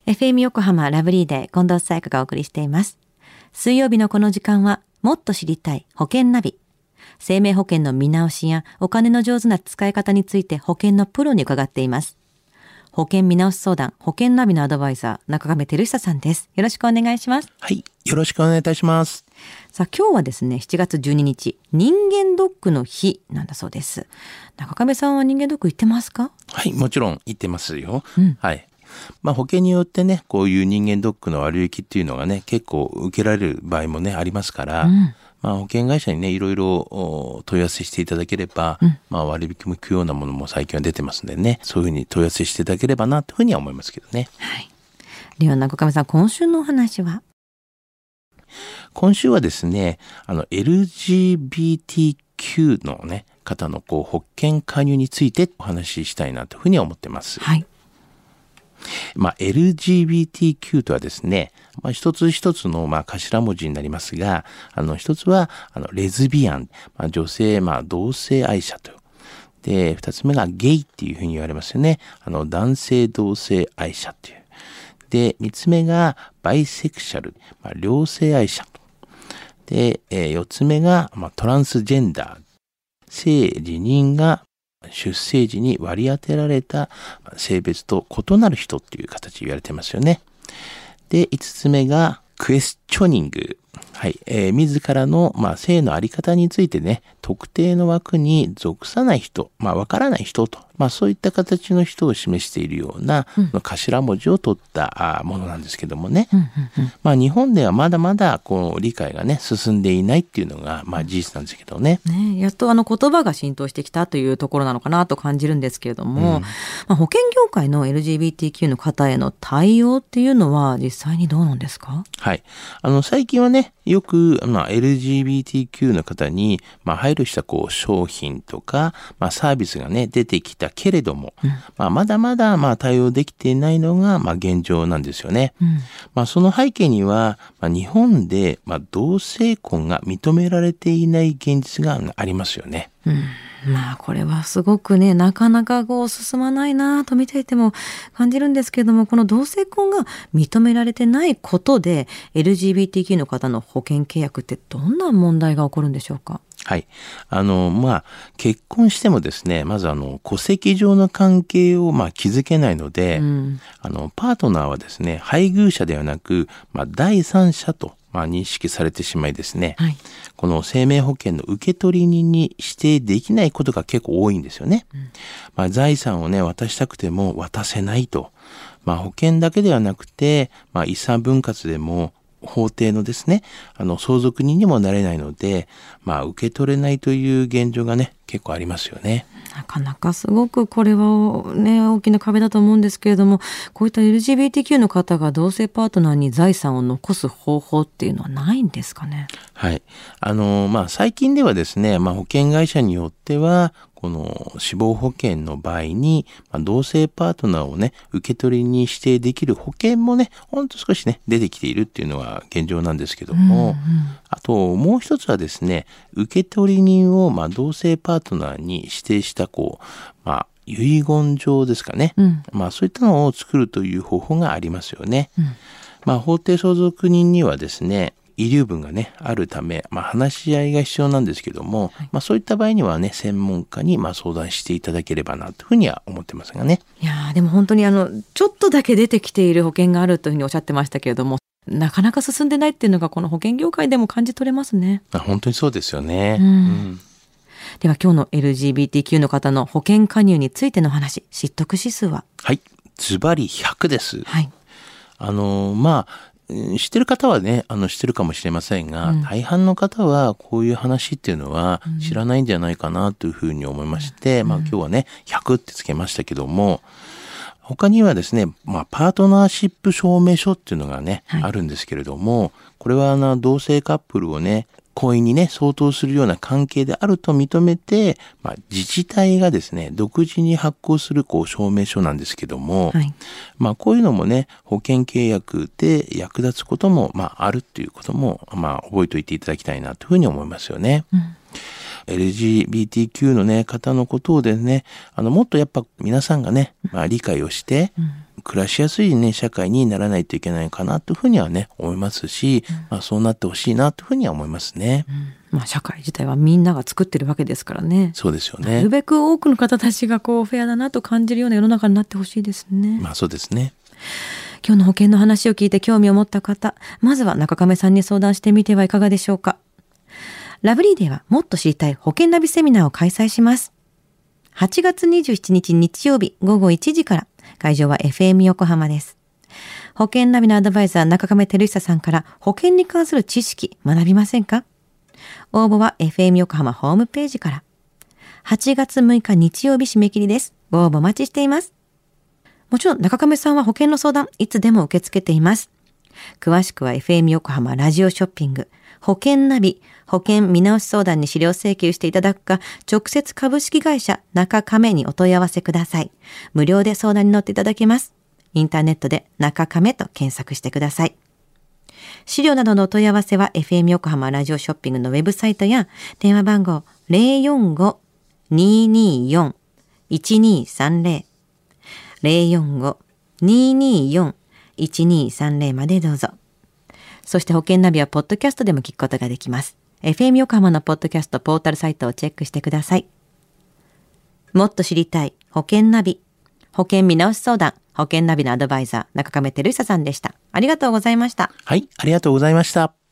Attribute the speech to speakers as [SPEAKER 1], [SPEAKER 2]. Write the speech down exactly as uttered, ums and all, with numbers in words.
[SPEAKER 1] エフエム 横浜ラブリーデー近藤紗友香がお送りしています。水曜日のこの時間はもっと知りたい保険ナビ。生命保険の見直しやお金の上手な使い方について保険のプロに伺っています。保険見直し相談保険ナビのアドバイザー中亀照久さんです。よろしくお願いします。
[SPEAKER 2] はい、よろしくお願いいたします。
[SPEAKER 1] さあ今日はですねしちがつじゅうににち人間ドックの日なんだそうです。中亀さんは人間ドック行ってますか？
[SPEAKER 2] はい、もちろん行ってますよ、
[SPEAKER 1] うん、
[SPEAKER 2] はい。まあ保険によってねこういう人間ドックの割引っていうのがね結構受けられる場合もねありますから、うんまあ、保険会社にねいろいろ問い合わせしていただければ、うんまあ、割引も効くようなものも最近は出てますんでねそういうふうに問い合わせしていただければなというふうには思いますけどね。
[SPEAKER 1] はい、では中亀さん今週のお話は？
[SPEAKER 2] 今週はですねあの エルジービーティーキュー のね方のこう保険加入についてお話ししたいなというふうに思ってます。
[SPEAKER 1] はい。
[SPEAKER 2] まあ、エルジービーティーキュー とはですね、まあ、一つ一つのまあ頭文字になりますが、あの一つはあのレズビアン、まあ、女性、まあ、同性愛者と。で、二つ目がゲイっていうふうに言われますよね。あの男性同性愛者っていう。で、三つ目がバイセクシャル、まあ、両性愛者と。で、えー、四つ目が、まあ、トランスジェンダー、性自認が出生時に割り当てられた性別と異なる人っていう形で言われてますよね。で、五つ目がクエスチョニング。はい。えー、自らの、まあ、性のあり方についてね、特定の枠に属さない人、まあ、わからない人と、まあ、そういった形の人を示しているような、うん、頭文字を取ったものなんですけどもね。うんうんうん、まあ、日本ではまだまだ、こう、理解がね、進んでいないっていうのが、まあ、事実なんですけどね。
[SPEAKER 1] ね、やっとあの言葉が浸透してきたというところなのかなと感じるんですけれども、うんまあ、保険業界の エルジービーティーキュー の方への対応っていうのは実際にどうなんですか？
[SPEAKER 2] はい。あの、最近はね、よく、まあ、エルジービーティーキュー の方に、まあ、配慮したこう商品とか、まあ、サービスがね、出てきたけれども、うんまあ、まだまだ、まあ、対応できていないのが、まあ、現状なんですよね。うんまあ、その背景には、まあ、日本で、まあ、同性婚が認められていない現実がありますよね。
[SPEAKER 1] うんまあこれはすごくねなかなかこう進まないなと見ていても感じるんですけれども、この同性婚が認められてないことで エルジービーティーキュー の方の保険契約ってどんな問題が起こるんでしょうか？
[SPEAKER 2] はい。あの、まあ、結婚してもですね、まずあの、戸籍上の関係をまあ築けないので、うん、あの、パートナーはですね、配偶者ではなく、まあ、第三者と、まあ、認識されてしまいですね、はい、この生命保険の受取人に指定できないことが結構多いんですよね。うんまあ、財産をね、渡したくても渡せないと。まあ、保険だけではなくて、まあ、遺産分割でも、法定のですね、あの相続人にもなれないので、まあ受け取れないという現状がね、結構ありますよね。
[SPEAKER 1] なかなかすごくこれはね、大きな壁だと思うんですけれども、こういった エルジービーティーキュー の方が同性パートナーに財産を残す方法っていうのはないんですかね？
[SPEAKER 2] はい。あの、まあ最近ではですね、まあ保険会社によっては、この死亡保険の場合に、まあ、同性パートナーをね、受け取りに指定できる保険もね、ほんと少しね、出てきているっていうのが現状なんですけども、うんうん、あともう一つはですね、受取人をまあ同性パートナーに指定したこう、まあ遺言状ですかね、うん、まあそういったのを作るという方法がありますよね。うん、まあ法定相続人にはですね、遺留分がね、あるため、まあ話し合いが必要なんですけども、はい、まあそういった場合にはね、専門家にまあ相談していただければなというふうには思ってますがね。
[SPEAKER 1] いやーでも本当にあの、ちょっとだけ出てきている保険があるというふうにおっしゃってましたけれども、なかなか進んでないっていうのがこの保険業界でも感じ取れますね。
[SPEAKER 2] あ、本当にそうですよね。
[SPEAKER 1] うんうんでは今日の エルジービーティーキュー の方の保険加入についての話、知得指数は？
[SPEAKER 2] はい、ズバリひゃくです。
[SPEAKER 1] はい。
[SPEAKER 2] あの、まあ、知ってる方はね、あの、知ってるかもしれませんが、うん、大半の方はこういう話っていうのは知らないんじゃないかなというふうに思いまして、うん、まあ今日はね、ひゃくってつけましたけども、他にはですね、まあ、パートナーシップ証明書っていうのがね、はい、あるんですけれども、これはあの同性カップルをね、婚姻にね、相当するような関係であると認めて、まあ、自治体がですね、独自に発行するこう証明書なんですけども、はい、まあ、こういうのもね、保険契約で役立つことも、まあ、あるっていうことも、まあ、覚えておいていただきたいなというふうに思いますよね。うんエルジービーティーキュー のね、方のことをですね、あの、もっとやっぱ皆さんがね、まあ理解をして、 暮らしやすいね、社会にならないといけないかなというふうにはね、思いますし、うん、まあ、そうなってほしいなというふうには思いますね。
[SPEAKER 1] うん、まあ、社会自体はみんなが作ってるわけですからね。
[SPEAKER 2] そうですよね。
[SPEAKER 1] なるべく多くの方たちがこうフェアだなと感じるような世の中になってほしいですね。
[SPEAKER 2] まあそうですね。
[SPEAKER 1] 今日の保険の話を聞いて興味を持った方、まずは中亀さんに相談してみてはいかがでしょうか。ラブリーデーはもっと知りたい保険ナビセミナーを開催します。はちがつにじゅうしちにち日曜日ごごいちじから、会場は エフエム 横浜です。保険ナビのアドバイザー中亀照久さんから保険に関する知識学びませんか？応募は エフエム 横浜ホームページから。はちがつむいか日曜日締め切りです。ご応募お待ちしています。もちろん中亀さんは保険の相談いつでも受け付けています。詳しくは エフエム 横浜ラジオショッピング保険ナビ保険見直し相談に資料請求していただくか、直接株式会社中亀にお問い合わせください。無料で相談に乗っていただけます。インターネットで中亀と検索してください。資料などのお問い合わせは エフエム 横浜ラジオショッピングのウェブサイトや電話番号 ゼロよんご にーにーよん いちにーさんゼロ ゼロよんご にーにーよん いちにーさんゼロ までどうぞ。そして保険ナビはポッドキャストでも聞くことができます。エフエム 横浜のポッドキャストポータルサイトをチェックしてください。もっと知りたい保険ナビ保険見直し相談保険ナビのアドバイザー中亀照久さんでした。ありがとうございました。
[SPEAKER 2] はい、ありがとうございました。